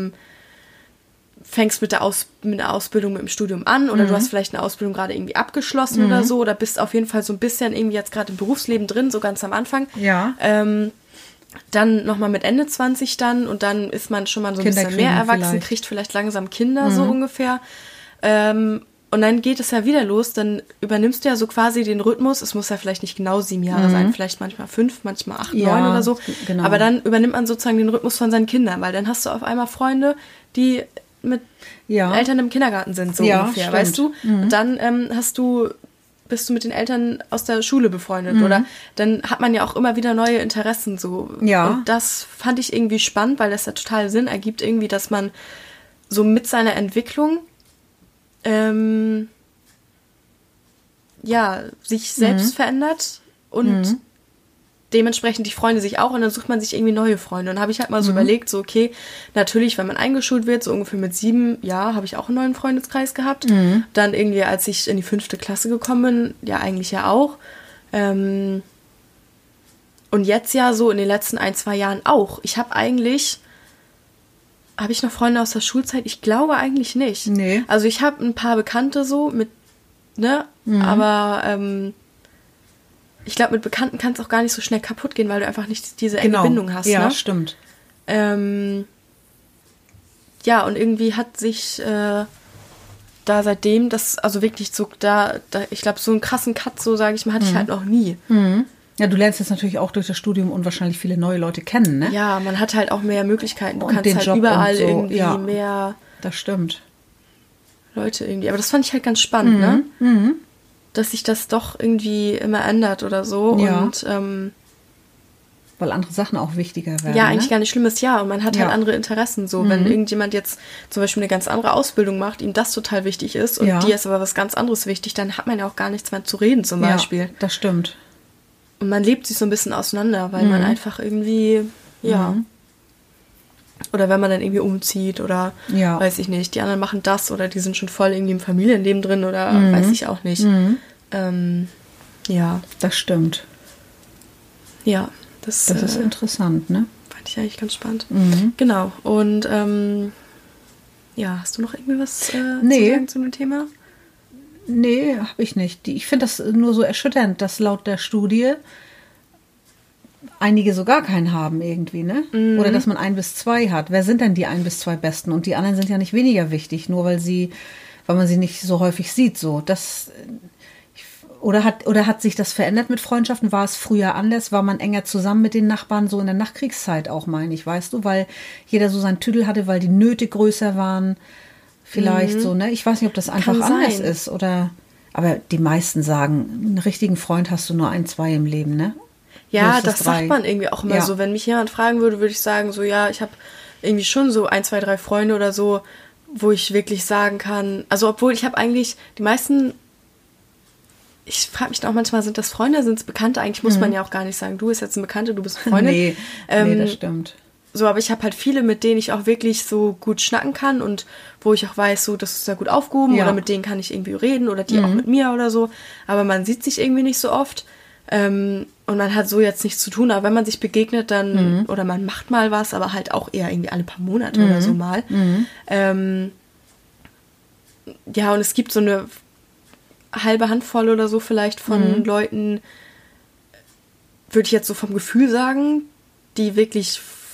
fängst mit der Ausbildung mit dem Studium an oder du hast vielleicht eine Ausbildung gerade irgendwie abgeschlossen oder so oder bist auf jeden Fall so ein bisschen irgendwie jetzt gerade im Berufsleben drin, so ganz am Anfang. Ja. Dann nochmal mit Ende 20 dann und dann ist man schon mal so ein Kinder bisschen mehr kriegen erwachsen, vielleicht. kriegt vielleicht langsam Kinder so ungefähr. Und dann geht es ja wieder los, dann übernimmst du ja so quasi den Rhythmus, es muss ja vielleicht nicht genau 7 Jahre sein, vielleicht manchmal 5, manchmal 8, Ja, 9 oder so, genau. aber dann übernimmt man sozusagen den Rhythmus von seinen Kindern, weil dann hast du auf einmal Freunde, die mit Ja. Eltern im Kindergarten sind, so Ja, ungefähr, stimmt. weißt du? Und dann bist du mit den Eltern aus der Schule befreundet oder dann hat man ja auch immer wieder neue Interessen so. Ja. Und das fand ich irgendwie spannend, weil das ja total Sinn ergibt irgendwie, dass man so mit seiner Entwicklung sich selbst verändert und dementsprechend die Freunde sich auch und dann sucht man sich irgendwie neue Freunde. Und dann habe ich halt mal so überlegt, so okay, natürlich, wenn man eingeschult wird, so ungefähr mit 7, ja, habe ich auch einen neuen Freundeskreis gehabt. Dann irgendwie, als ich in die 5. Klasse gekommen bin, ja eigentlich ja auch. Und jetzt ja so in den letzten 1, 2 Jahren auch. Habe ich noch Freunde aus der Schulzeit? Ich glaube eigentlich nicht. Nee. Also ich habe ein paar Bekannte so mit, ne, aber ich glaube, mit Bekannten kann es auch gar nicht so schnell kaputt gehen, weil du einfach nicht diese enge Bindung hast. Ja, ne? stimmt. Ja, und irgendwie hat sich da seitdem, also wirklich so, ich glaube, so einen krassen Cut, so sage ich mal, hatte ich halt noch nie. Ja, du lernst jetzt natürlich auch durch das Studium unwahrscheinlich viele neue Leute kennen, ne? Ja, man hat halt auch mehr Möglichkeiten. Du Und kannst den halt Job überall und so, irgendwie ja. mehr Das stimmt. Leute irgendwie. Aber das fand ich halt ganz spannend, ne? Dass sich das doch irgendwie immer ändert oder so. Ja. Und Weil andere Sachen auch wichtiger werden. ja, eigentlich ne? gar nicht schlimmes Jahr und man hat halt Ja. andere Interessen. So, wenn irgendjemand jetzt zum Beispiel eine ganz andere Ausbildung macht, ihm das total wichtig ist und Ja. dir ist aber was ganz anderes wichtig, dann hat man ja auch gar nichts mehr zu reden zum Beispiel. Ja, das stimmt. Und man lebt sich so ein bisschen auseinander, weil man einfach irgendwie, ja. Oder wenn man dann irgendwie umzieht oder Ja. weiß ich nicht, die anderen machen das oder die sind schon voll irgendwie im Familienleben drin oder weiß ich auch nicht. Ja, Das stimmt. ja, das Das ist interessant, ne? fand ich eigentlich ganz spannend. Genau, und ja, hast du noch irgendwie was Nee. zu sagen zu dem Thema? Nee, habe ich nicht. Ich finde das nur so erschütternd, dass laut der Studie einige so gar keinen haben irgendwie, ne? Oder dass man 1 bis 2 hat. Wer sind denn die 1 bis 2 Besten? Und die anderen sind ja nicht weniger wichtig, nur weil man sie nicht so häufig sieht. So, oder hat sich das verändert mit Freundschaften? War es früher anders? War man enger zusammen mit den Nachbarn, so in der Nachkriegszeit auch, meine ich, weißt du? Weil jeder so seinen Tüdel hatte, weil die Nöte größer waren. Vielleicht so, ne? Ich weiß nicht, ob das einfach Kann anders sein. ist oder. Aber die meisten sagen, einen richtigen Freund hast du nur 1, 2 im Leben, ne? Ja, Höchstens das 3. sagt man irgendwie auch immer Ja. so. Wenn mich jemand fragen würde, würde ich sagen, so ja, ich habe irgendwie schon so 1, 2, 3 Freunde oder so, wo ich wirklich sagen kann, also obwohl ich habe eigentlich die meisten, ich frage mich auch manchmal, sind das Freunde, sind es Bekannte? Eigentlich muss man ja auch gar nicht sagen, du bist jetzt ein Bekannter, du bist eine Freundin. Nee, das stimmt. So, aber ich habe halt viele, mit denen ich auch wirklich so gut schnacken kann und wo ich auch weiß, so, das ist ja gut aufgehoben Ja. oder mit denen kann ich irgendwie reden oder die auch mit mir oder so. Aber man sieht sich irgendwie nicht so oft und man hat so jetzt nichts zu tun. Aber wenn man sich begegnet, dann oder man macht mal was, aber halt auch eher irgendwie alle paar Monate oder so mal. Ja, und es gibt so eine halbe Handvoll oder so vielleicht von Leuten, würde ich jetzt so vom Gefühl sagen, die wirklich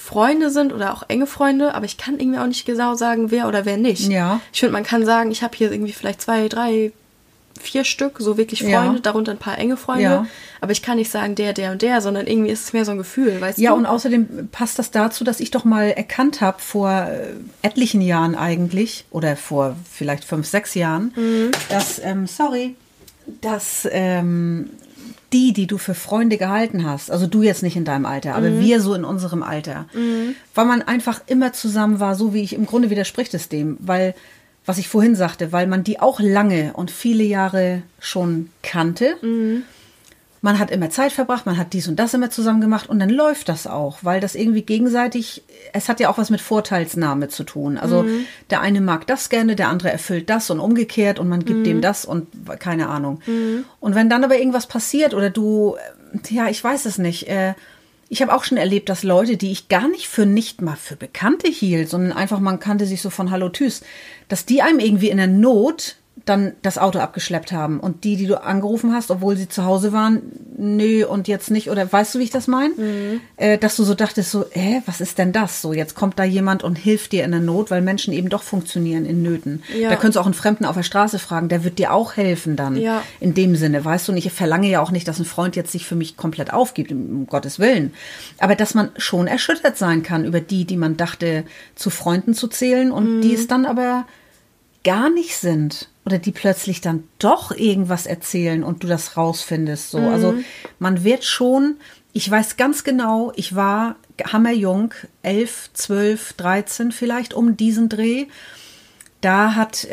Freunde sind oder auch enge Freunde, aber ich kann irgendwie auch nicht genau sagen, wer oder wer nicht. Ja. Ich finde, man kann sagen, ich habe hier irgendwie vielleicht 2, 3, 4 Stück, so wirklich Freunde, darunter ein paar enge Freunde, aber ich kann nicht sagen, der und der, sondern irgendwie ist es mehr so ein Gefühl, weißt du? Ja, und außerdem passt das dazu, dass ich doch mal erkannt habe, vor etlichen Jahren eigentlich, oder vor vielleicht 5, 6 Jahren, dass, dass die du für Freunde gehalten hast, also du jetzt nicht in deinem Alter, aber wir so in unserem Alter, weil man einfach immer zusammen war, so wie ich, im Grunde widerspricht es dem, weil, was ich vorhin sagte, weil man die auch lange und viele Jahre schon kannte. Man hat immer Zeit verbracht, man hat dies und das immer zusammen gemacht und dann läuft das auch, weil das irgendwie gegenseitig, es hat ja auch was mit Vorteilsnahme zu tun. Also der eine mag das gerne, der andere erfüllt das und umgekehrt und man gibt dem das und keine Ahnung. Und wenn dann aber irgendwas passiert oder du, ja, ich weiß es nicht, ich habe auch schon erlebt, dass Leute, die ich gar nicht mal für Bekannte hielt, sondern einfach, man kannte sich so von Hallo Tschüss, dass die einem irgendwie in der Not dann das Auto abgeschleppt haben. Und die du angerufen hast, obwohl sie zu Hause waren, nö, und jetzt nicht. Oder weißt du, wie ich das meine? Dass du so dachtest, so, was ist denn das? So, jetzt kommt da jemand und hilft dir in der Not, weil Menschen eben doch funktionieren in Nöten. Ja. Da könntest du auch einen Fremden auf der Straße fragen, der wird dir auch helfen dann. Ja. In dem Sinne, weißt du, und ich verlange ja auch nicht, dass ein Freund jetzt sich für mich komplett aufgibt, um Gottes Willen. Aber dass man schon erschüttert sein kann über die man dachte, zu Freunden zu zählen und die es dann aber gar nicht sind. Oder die plötzlich dann doch irgendwas erzählen und du das rausfindest. So. Also man wird schon, ich weiß ganz genau, ich war hammerjung, 11, 12, 13 vielleicht um diesen Dreh. Da hat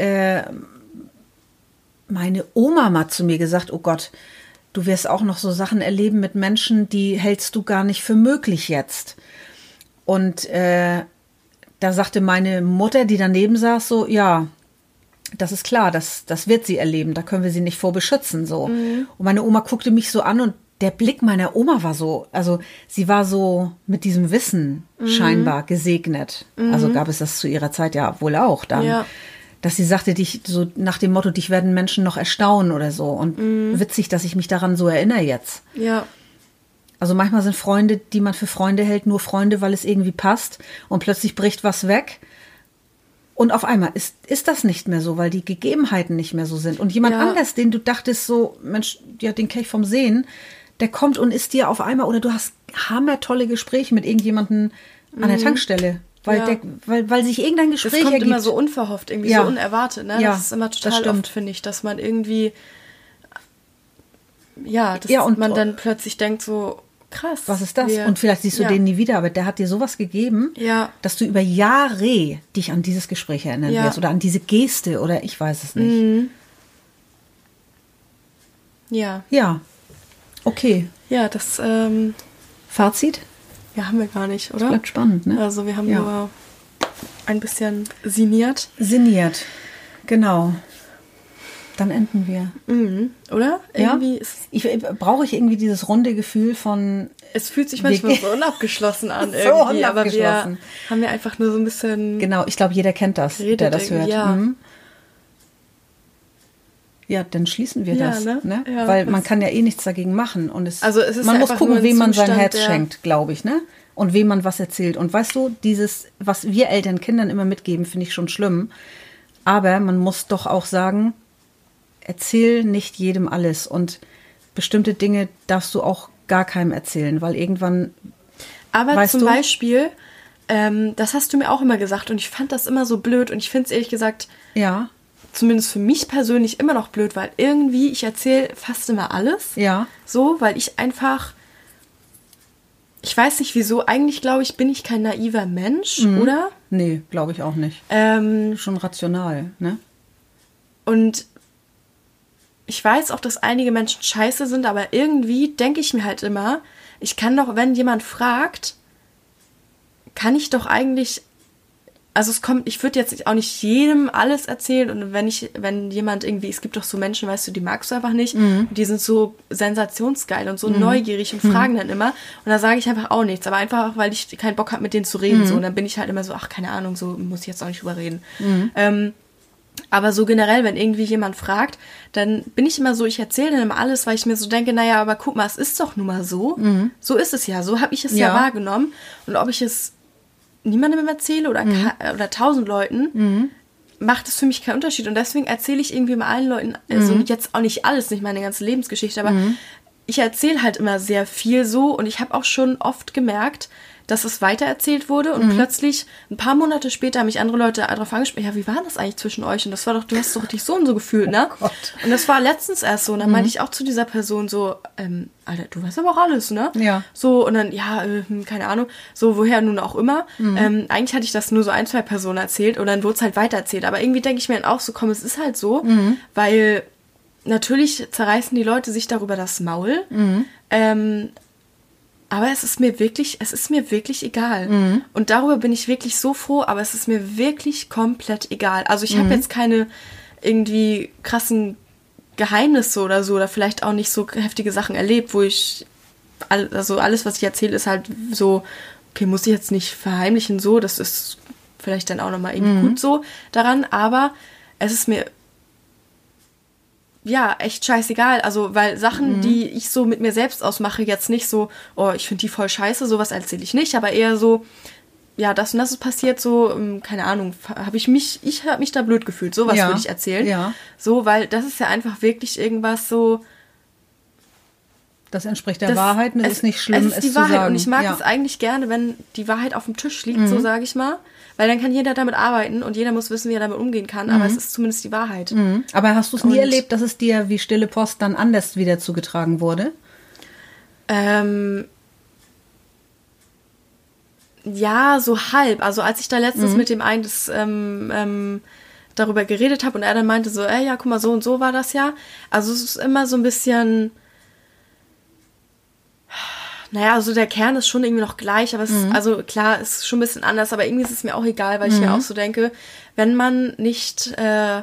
meine Oma mal zu mir gesagt, oh Gott, du wirst auch noch so Sachen erleben mit Menschen, die hältst du gar nicht für möglich jetzt. Und da sagte meine Mutter, die daneben saß, so, ja, das ist klar, das wird sie erleben, da können wir sie nicht vor beschützen. So. Und meine Oma guckte mich so an und der Blick meiner Oma war so, also sie war so mit diesem Wissen scheinbar gesegnet. Also gab es das zu ihrer Zeit ja wohl auch dann. Dass sie sagte, so nach dem Motto, dich werden Menschen noch erstaunen oder so. Und witzig, dass ich mich daran so erinnere jetzt. Ja. Also manchmal sind Freunde, die man für Freunde hält, nur Freunde, weil es irgendwie passt. Und plötzlich bricht was weg. Und auf einmal ist das nicht mehr so, weil die Gegebenheiten nicht mehr so sind. Und jemand anders, den du dachtest so, Mensch, ja, den kenn ich vom Sehen, der kommt und ist dir auf einmal, oder du hast hammertolle Gespräche mit irgendjemandem an der Tankstelle. Weil sich irgendein Gespräch ergibt. Das kommt immer so unverhofft, irgendwie so unerwartet. Ne? Das ist immer total oft, finde ich, dass man irgendwie, und man dann plötzlich denkt so, krass. Was ist das? Und vielleicht siehst du den nie wieder, aber der hat dir sowas gegeben, dass du über Jahre dich an dieses Gespräch erinnern wirst oder an diese Geste oder ich weiß es nicht. Ja. Ja. Okay. Ja, das Fazit? Ja, haben wir gar nicht, oder? Das bleibt spannend, ne? Also wir haben nur ein bisschen sinniert. Sinniert, genau. Dann enden wir. Oder? Irgendwie brauche ich irgendwie dieses runde Gefühl von... Es fühlt sich manchmal so unabgeschlossen an irgendwie, aber wir haben ja einfach nur so ein bisschen... Genau, ich glaube, jeder kennt das, der das hört. Ja. Ja, dann schließen wir das. Ne? Ja, weil man kann ja eh nichts dagegen machen. Und es ist man muss gucken, wem man sein Herz Zustand, schenkt, glaube ich, ne? Und wem man was erzählt. Und weißt du, dieses, was wir Eltern Kindern immer mitgeben, finde ich schon schlimm. Aber man muss doch auch sagen, erzähl nicht jedem alles. Und bestimmte Dinge darfst du auch gar keinem erzählen, weil irgendwann... Aber zum Beispiel, das hast du mir auch immer gesagt und ich fand das immer so blöd und ich finde es ehrlich gesagt... Ja. Zumindest für mich persönlich immer noch blöd, weil irgendwie, ich erzähle fast immer alles. Ja. So, weil ich einfach, ich weiß nicht wieso, eigentlich glaube ich, bin ich kein naiver Mensch, oder? Nee, glaube ich auch nicht. Schon rational, ne? Und ich weiß auch, dass einige Menschen scheiße sind, aber irgendwie denke ich mir halt immer, ich kann doch, wenn jemand fragt, kann ich doch eigentlich... Also ich würde jetzt auch nicht jedem alles erzählen und wenn jemand irgendwie, es gibt doch so Menschen, weißt du, die magst du einfach nicht und die sind so sensationsgeil und so neugierig und fragen dann immer und da sage ich einfach auch nichts, aber einfach, weil ich keinen Bock habe, mit denen zu reden so und dann bin ich halt immer so, ach, keine Ahnung, so muss ich jetzt auch nicht drüber reden. Aber so generell, wenn irgendwie jemand fragt, dann bin ich immer so, ich erzähle dann immer alles, weil ich mir so denke, naja, aber guck mal, es ist doch nun mal so, so ist es ja, so habe ich es ja wahrgenommen und ob ich es niemandem erzähle oder 1000 Leuten, macht es für mich keinen Unterschied. Und deswegen erzähle ich irgendwie mal allen Leuten, also jetzt auch nicht alles, nicht meine ganze Lebensgeschichte, aber ich erzähle halt immer sehr viel so und ich habe auch schon oft gemerkt, dass es weitererzählt wurde und plötzlich, ein paar Monate später, haben mich andere Leute darauf angesprochen, ja, wie war das eigentlich zwischen euch? Und das war doch, du hast doch dich so und so gefühlt, ne? Oh Gott. Und das war letztens erst so. Und dann meinte ich auch zu dieser Person so, Alter, du weißt aber auch alles, ne? Ja. So, und dann, ja, keine Ahnung, so, woher nun auch immer. Eigentlich hatte ich das nur so 1, 2 Personen erzählt und dann wurde es halt weitererzählt. Aber irgendwie denke ich mir dann auch so, komm, es ist halt so, weil natürlich zerreißen die Leute sich darüber das Maul, aber es ist mir wirklich egal. Und darüber bin ich wirklich so froh, aber es ist mir wirklich komplett egal. Also ich habe jetzt keine irgendwie krassen Geheimnisse oder so, oder vielleicht auch nicht so heftige Sachen erlebt, wo ich, also alles, was ich erzähle, ist halt so, okay, muss ich jetzt nicht verheimlichen, so, das ist vielleicht dann auch nochmal irgendwie gut so daran, aber es ist mir ja, echt scheißegal. Also, weil Sachen, die ich so mit mir selbst ausmache, jetzt nicht so, oh, ich finde die voll scheiße, sowas erzähle ich nicht, aber eher so, ja, das und das ist passiert, so, keine Ahnung, ich habe mich da blöd gefühlt, sowas würde ich erzählen. Ja. So, weil das ist ja einfach wirklich irgendwas so. Das entspricht der Wahrheit, es ist nicht schlimm, es ist die Wahrheit und ich mag es eigentlich gerne, wenn die Wahrheit auf dem Tisch liegt, so sage ich mal. Weil dann kann jeder damit arbeiten und jeder muss wissen, wie er damit umgehen kann. Aber es ist zumindest die Wahrheit. Aber hast du es nie erlebt, dass es dir wie stille Post dann anders wieder zugetragen wurde? Ja, so halb. Also als ich da letztens mit dem einen darüber geredet habe und er dann meinte so, ja, guck mal, so und so war das ja. Also es ist immer so ein bisschen... Naja, also der Kern ist schon irgendwie noch gleich, aber es ist, also klar, es ist schon ein bisschen anders, aber irgendwie ist es mir auch egal, weil ich mir auch so denke, wenn man nicht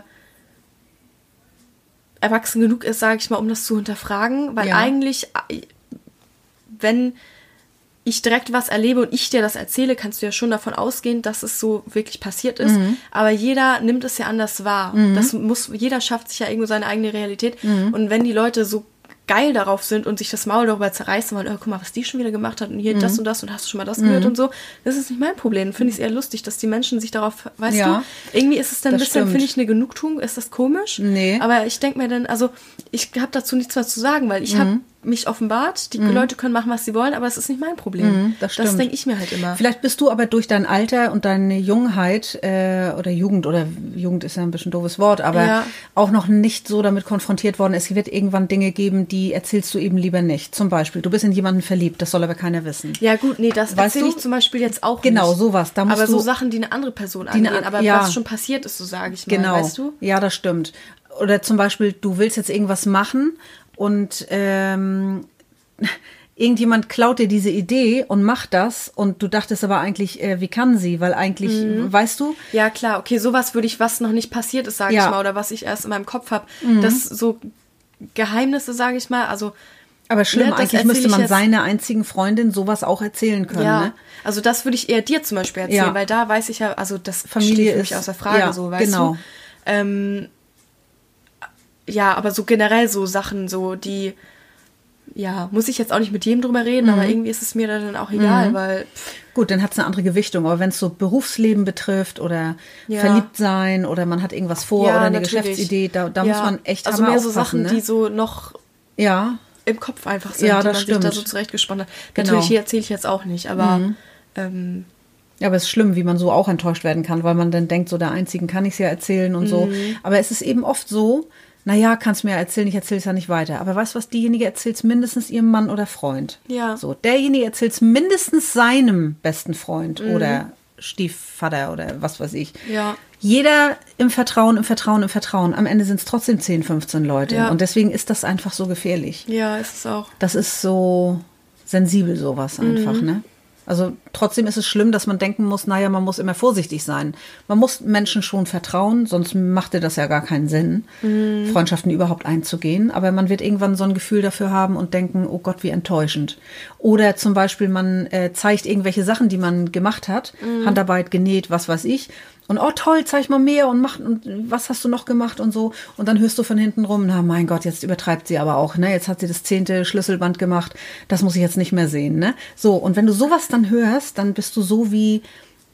erwachsen genug ist, sage ich mal, um das zu hinterfragen, weil eigentlich, wenn ich direkt was erlebe und ich dir das erzähle, kannst du ja schon davon ausgehen, dass es so wirklich passiert ist, aber jeder nimmt es ja anders wahr. Jeder schafft sich ja irgendwo seine eigene Realität und wenn die Leute so geil darauf sind und sich das Maul darüber zerreißen wollen, guck mal, was die schon wieder gemacht hat und hier das und das und hast du schon mal das gehört und so. Das ist nicht mein Problem. Finde ich es eher lustig, dass die Menschen sich darauf, weißt du, irgendwie ist es dann ein bisschen, finde ich, eine Genugtuung. Ist das komisch? Nee. Aber ich denke mir dann, also ich habe dazu nichts mehr zu sagen, weil ich habe mich offenbart, die Leute können machen, was sie wollen, aber es ist nicht mein Problem. Das denke ich mir halt immer. Vielleicht bist du aber durch dein Alter und deine Jungheit oder Jugend ist ja ein bisschen doofes Wort, aber auch noch nicht so damit konfrontiert worden. Es wird irgendwann Dinge geben, die erzählst du eben lieber nicht. Zum Beispiel, du bist in jemanden verliebt, das soll aber keiner wissen. Ja gut, nee, das erzähle ich zum Beispiel jetzt auch nicht. Genau, sowas. Da musst aber du, so Sachen, die eine andere Person angehen, aber was schon passiert ist, so sage ich mal, genau. Weißt du? Ja, das stimmt. Oder zum Beispiel, du willst jetzt irgendwas machen und irgendjemand klaut dir diese Idee und macht das und du dachtest aber eigentlich, wie kann sie? Weil eigentlich, weißt du? Ja, klar, okay, sowas würde ich, was noch nicht passiert ist, sage ich mal, oder was ich erst in meinem Kopf habe, das so Geheimnisse, sage ich mal, also... Aber schlimm, eigentlich müsste man seiner einzigen Freundin sowas auch erzählen können. Ja, ne? also das würde ich eher dir zum Beispiel erzählen, weil da weiß ich ja, also das Familie steht für mich außer Frage, so, weißt du? Ja, aber so generell so Sachen, so die, ja, muss ich jetzt auch nicht mit jedem drüber reden, aber irgendwie ist es mir dann auch egal, weil... Gut, dann hat es eine andere Gewichtung, aber wenn es so Berufsleben betrifft oder verliebt sein oder man hat irgendwas vor oder eine Geschäftsidee, da muss man echt also mehr so aufpassen, Sachen, die so noch im Kopf einfach sind, ja, die man stimmt. sich da so zurechtgesponnen hat. Genau. Natürlich, hier erzähle ich jetzt auch nicht, aber... Ja, aber es ist schlimm, wie man so auch enttäuscht werden kann, weil man dann denkt, so der Einzigen kann ich es ja erzählen und so. Aber es ist eben oft so, naja, kannst mir ja erzählen, ich erzähle es ja nicht weiter. Aber weißt du was, diejenige erzählt es mindestens ihrem Mann oder Freund. Ja. So, derjenige erzählt es mindestens seinem besten Freund oder Stiefvater oder was weiß ich. Ja. Jeder im Vertrauen, im Vertrauen, im Vertrauen. Am Ende sind es trotzdem 10, 15 Leute. Ja. Und deswegen ist das einfach so gefährlich. Ja, ist es auch. Das ist so sensibel, sowas einfach, ne? Also trotzdem ist es schlimm, dass man denken muss, naja, man muss immer vorsichtig sein. Man muss Menschen schon vertrauen, sonst machte das ja gar keinen Sinn, Freundschaften überhaupt einzugehen. Aber man wird irgendwann so ein Gefühl dafür haben und denken, oh Gott, wie enttäuschend. Oder zum Beispiel, man zeigt irgendwelche Sachen, die man gemacht hat, Handarbeit, genäht, was weiß ich. Und oh toll, zeig mal mehr und mach und was hast du noch gemacht und so. Und dann hörst du von hinten rum, na mein Gott, jetzt übertreibt sie aber auch, ne? Jetzt hat sie das 10. Schlüsselband gemacht, das muss ich jetzt nicht mehr sehen, ne? So, und wenn du sowas dann hörst, dann bist du so wie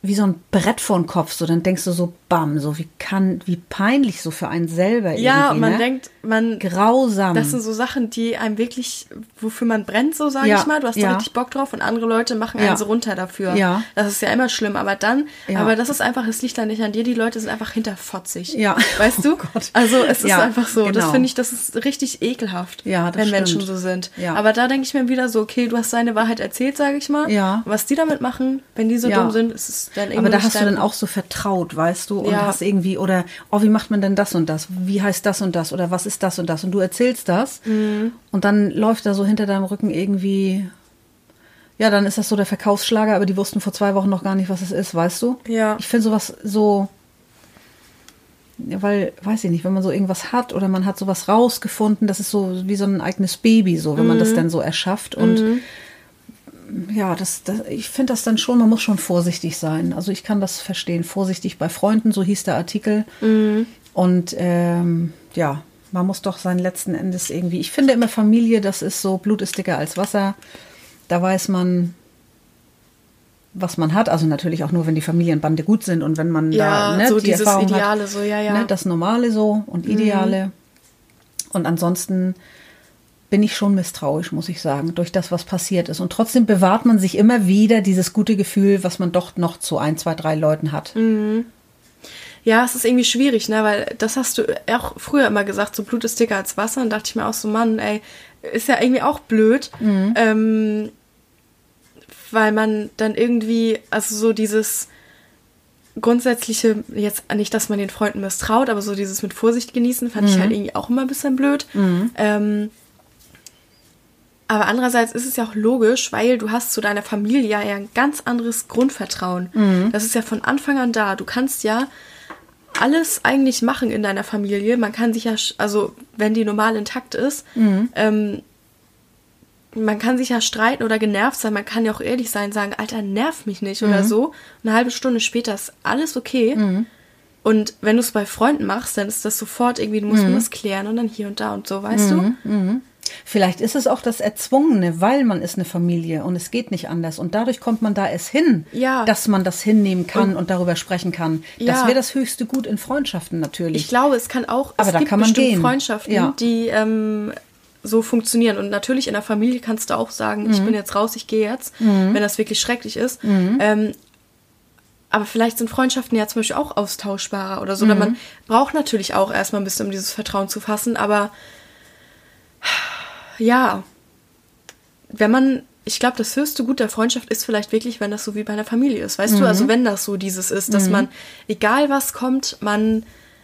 wie so ein Brett vor den Kopf, so dann denkst du so, bam, so wie peinlich so für einen selber irgendwie. Ja, und man ne? denkt, grausam. Das sind so Sachen, die einem wirklich, wofür man brennt, so sage Ja, ich mal. Du hast da richtig Bock drauf und andere Leute machen einen so runter dafür. Ja. Das ist ja immer schlimm, aber das ist einfach, es liegt dann nicht an dir, die Leute sind einfach hinterfotzig. Ja. Weißt du? Oh Gott. Also es ist Ja, einfach so. Das genau. finde ich, das ist richtig ekelhaft, Ja, das wenn stimmt. Menschen so sind. Ja. Aber da denke ich mir wieder so, okay, du hast deine Wahrheit erzählt, sage ich mal. Ja. Was die damit machen, wenn die so Ja. dumm sind, ist es dann irgendwie Aber da nicht hast du dein- dann auch so vertraut, weißt du, und Ja. hast irgendwie, oder, oh, wie macht man denn das und das? Wie heißt das und das? Oder was ist das und das? Und du erzählst das und dann läuft da so hinter deinem Rücken irgendwie, ja, dann ist das so der Verkaufsschlager, aber die wussten vor 2 Wochen noch gar nicht, was es ist, weißt du? Ja. Ich finde sowas so, ja, weil, weiß ich nicht, wenn man so irgendwas hat oder man hat sowas rausgefunden, das ist so wie so ein eigenes Baby, so, wenn man das dann so erschafft und ja, ich finde das dann schon, man muss schon vorsichtig sein. Also ich kann das verstehen. Vorsichtig bei Freunden, so hieß der Artikel. Und ja, man muss doch sein letzten Endes irgendwie, ich finde immer Familie, das ist so, Blut ist dicker als Wasser. Da weiß man, was man hat. Also natürlich auch nur, wenn die Familienbande gut sind und wenn man da so die dieses Erfahrung Ideale, hat, so, ja. Ne, das Normale so und Ideale. Und ansonsten bin ich schon misstrauisch, muss ich sagen, durch das, was passiert ist. Und trotzdem bewahrt man sich immer wieder dieses gute Gefühl, was man doch noch zu 1, 2, 3 Leuten hat. Ja, es ist irgendwie schwierig, ne, weil das hast du auch früher immer gesagt, so Blut ist dicker als Wasser. Und dachte ich mir auch so, Mann, ey, ist ja irgendwie auch blöd, weil man dann irgendwie, also so dieses grundsätzliche, jetzt nicht, dass man den Freunden misstraut, aber so dieses mit Vorsicht genießen, fand ich halt irgendwie auch immer ein bisschen blöd. Aber andererseits ist es ja auch logisch, weil du hast zu deiner Familie ja ein ganz anderes Grundvertrauen. Das ist ja von Anfang an da. Du kannst ja alles eigentlich machen in deiner Familie. Man kann sich ja, also wenn die normal intakt ist, man kann sich ja streiten oder genervt sein. Man kann ja auch ehrlich sein, sagen, Alter, nerv mich nicht oder so. Eine halbe Stunde später ist alles okay. Und wenn du es bei Freunden machst, dann ist das sofort irgendwie, du musst das klären und dann hier und da und so, weißt du? Vielleicht ist es auch das Erzwungene, weil man ist eine Familie und es geht nicht anders. Und dadurch kommt man da es hin, dass man das hinnehmen kann und darüber sprechen kann. Das wäre das höchste Gut in Freundschaften natürlich. Ich glaube, es kann auch, aber es da gibt kann man bestimmt gehen. Freundschaften, die so funktionieren. Und natürlich in der Familie kannst du auch sagen, ich bin jetzt raus, ich gehe jetzt, wenn das wirklich schrecklich ist. Aber vielleicht sind Freundschaften ja zum Beispiel auch austauschbarer oder so. Oder man braucht natürlich auch erstmal ein bisschen, um dieses Vertrauen zu fassen. Aber ja, ich glaube, das höchste Gut der Freundschaft ist vielleicht wirklich, wenn das so wie bei einer Familie ist. Weißt du, also wenn das so dieses ist, dass man, egal was kommt, man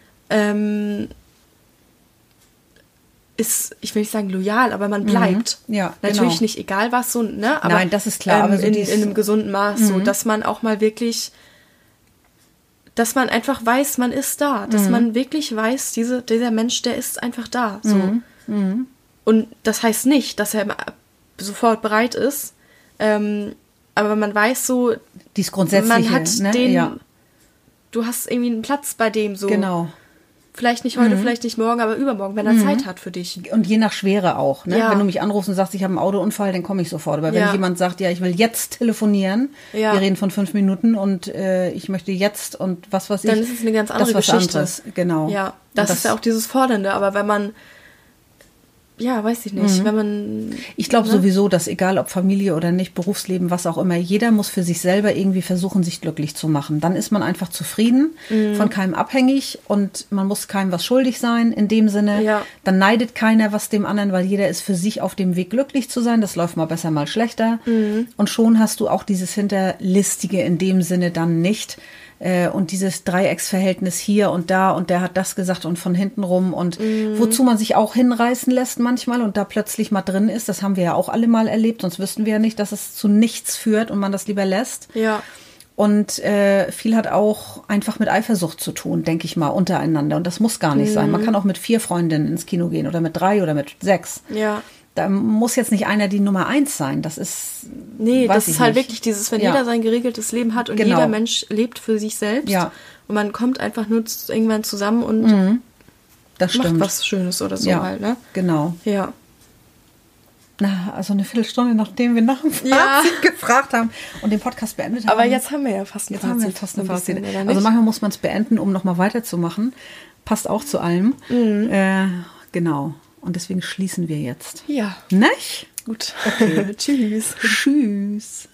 ist, ich will nicht sagen loyal, aber man bleibt. Ja, natürlich genau. nicht egal was, so, ne? Aber nein, das ist klar. Aber so in einem gesunden Maß, so, dass man auch mal wirklich, dass man einfach weiß, man ist da. Dass man wirklich weiß, dieser Mensch, der ist einfach da. So. Und das heißt nicht, dass er sofort bereit ist, aber man weiß so, dies Grundsätzliche, man hat ne? Du hast irgendwie einen Platz bei dem so. Genau. Vielleicht nicht heute, vielleicht nicht morgen, aber übermorgen, wenn er Zeit hat für dich. Und je nach Schwere auch. Ne? Ja. Wenn du mich anrufst und sagst, ich habe einen Autounfall, dann komme ich sofort. Aber wenn Ja. jemand sagt, ja, ich will jetzt telefonieren, Ja. wir reden von 5 Minuten und ich möchte jetzt und was weiß ich. Dann ist es eine ganz andere das was Geschichte. Anderes. Genau. Ja, das ist ja auch dieses Fordernde, aber wenn man, ja, weiß ich nicht, wenn man... Ich glaube sowieso, dass egal ob Familie oder nicht, Berufsleben, was auch immer, jeder muss für sich selber irgendwie versuchen, sich glücklich zu machen. Dann ist man einfach zufrieden, von keinem abhängig und man muss keinem was schuldig sein in dem Sinne. Ja. Dann neidet keiner was dem anderen, weil jeder ist für sich auf dem Weg, glücklich zu sein. Das läuft mal besser, mal schlechter. Und schon hast du auch dieses Hinterlistige in dem Sinne dann nicht. Und dieses Dreiecksverhältnis hier und da und der hat das gesagt und von hinten rum und wozu man sich auch hinreißen lässt manchmal und da plötzlich mal drin ist, das haben wir ja auch alle mal erlebt, sonst wüssten wir ja nicht, dass es zu nichts führt und man das lieber lässt. Ja. Und viel hat auch einfach mit Eifersucht zu tun, denke ich mal, untereinander und das muss gar nicht sein. Man kann auch mit 4 Freundinnen ins Kino gehen oder mit 3 oder mit 6. Ja. Da muss jetzt nicht einer die Nummer 1 sein. Das ist. Nee, weiß das ich ist halt nicht. wirklich dieses, wenn Ja. jeder sein geregeltes Leben hat und Genau. jeder Mensch lebt für sich selbst Ja. und man kommt einfach nur irgendwann zusammen und Das macht stimmt. was Schönes oder so ja, halt, ne? genau. Ja. Also eine Viertelstunde, nachdem wir nach dem Fazit gefragt haben und den Podcast beendet haben. Aber jetzt haben wir ja fast ein Jetzt Fazit. haben wir fast ein Fazit. Bisschen, oder nicht? Also manchmal muss man es beenden, um nochmal weiterzumachen. Passt auch zu allem. Genau. Und deswegen schließen wir jetzt. Ja. Nicht? Gut. Okay. Tschüss. Tschüss.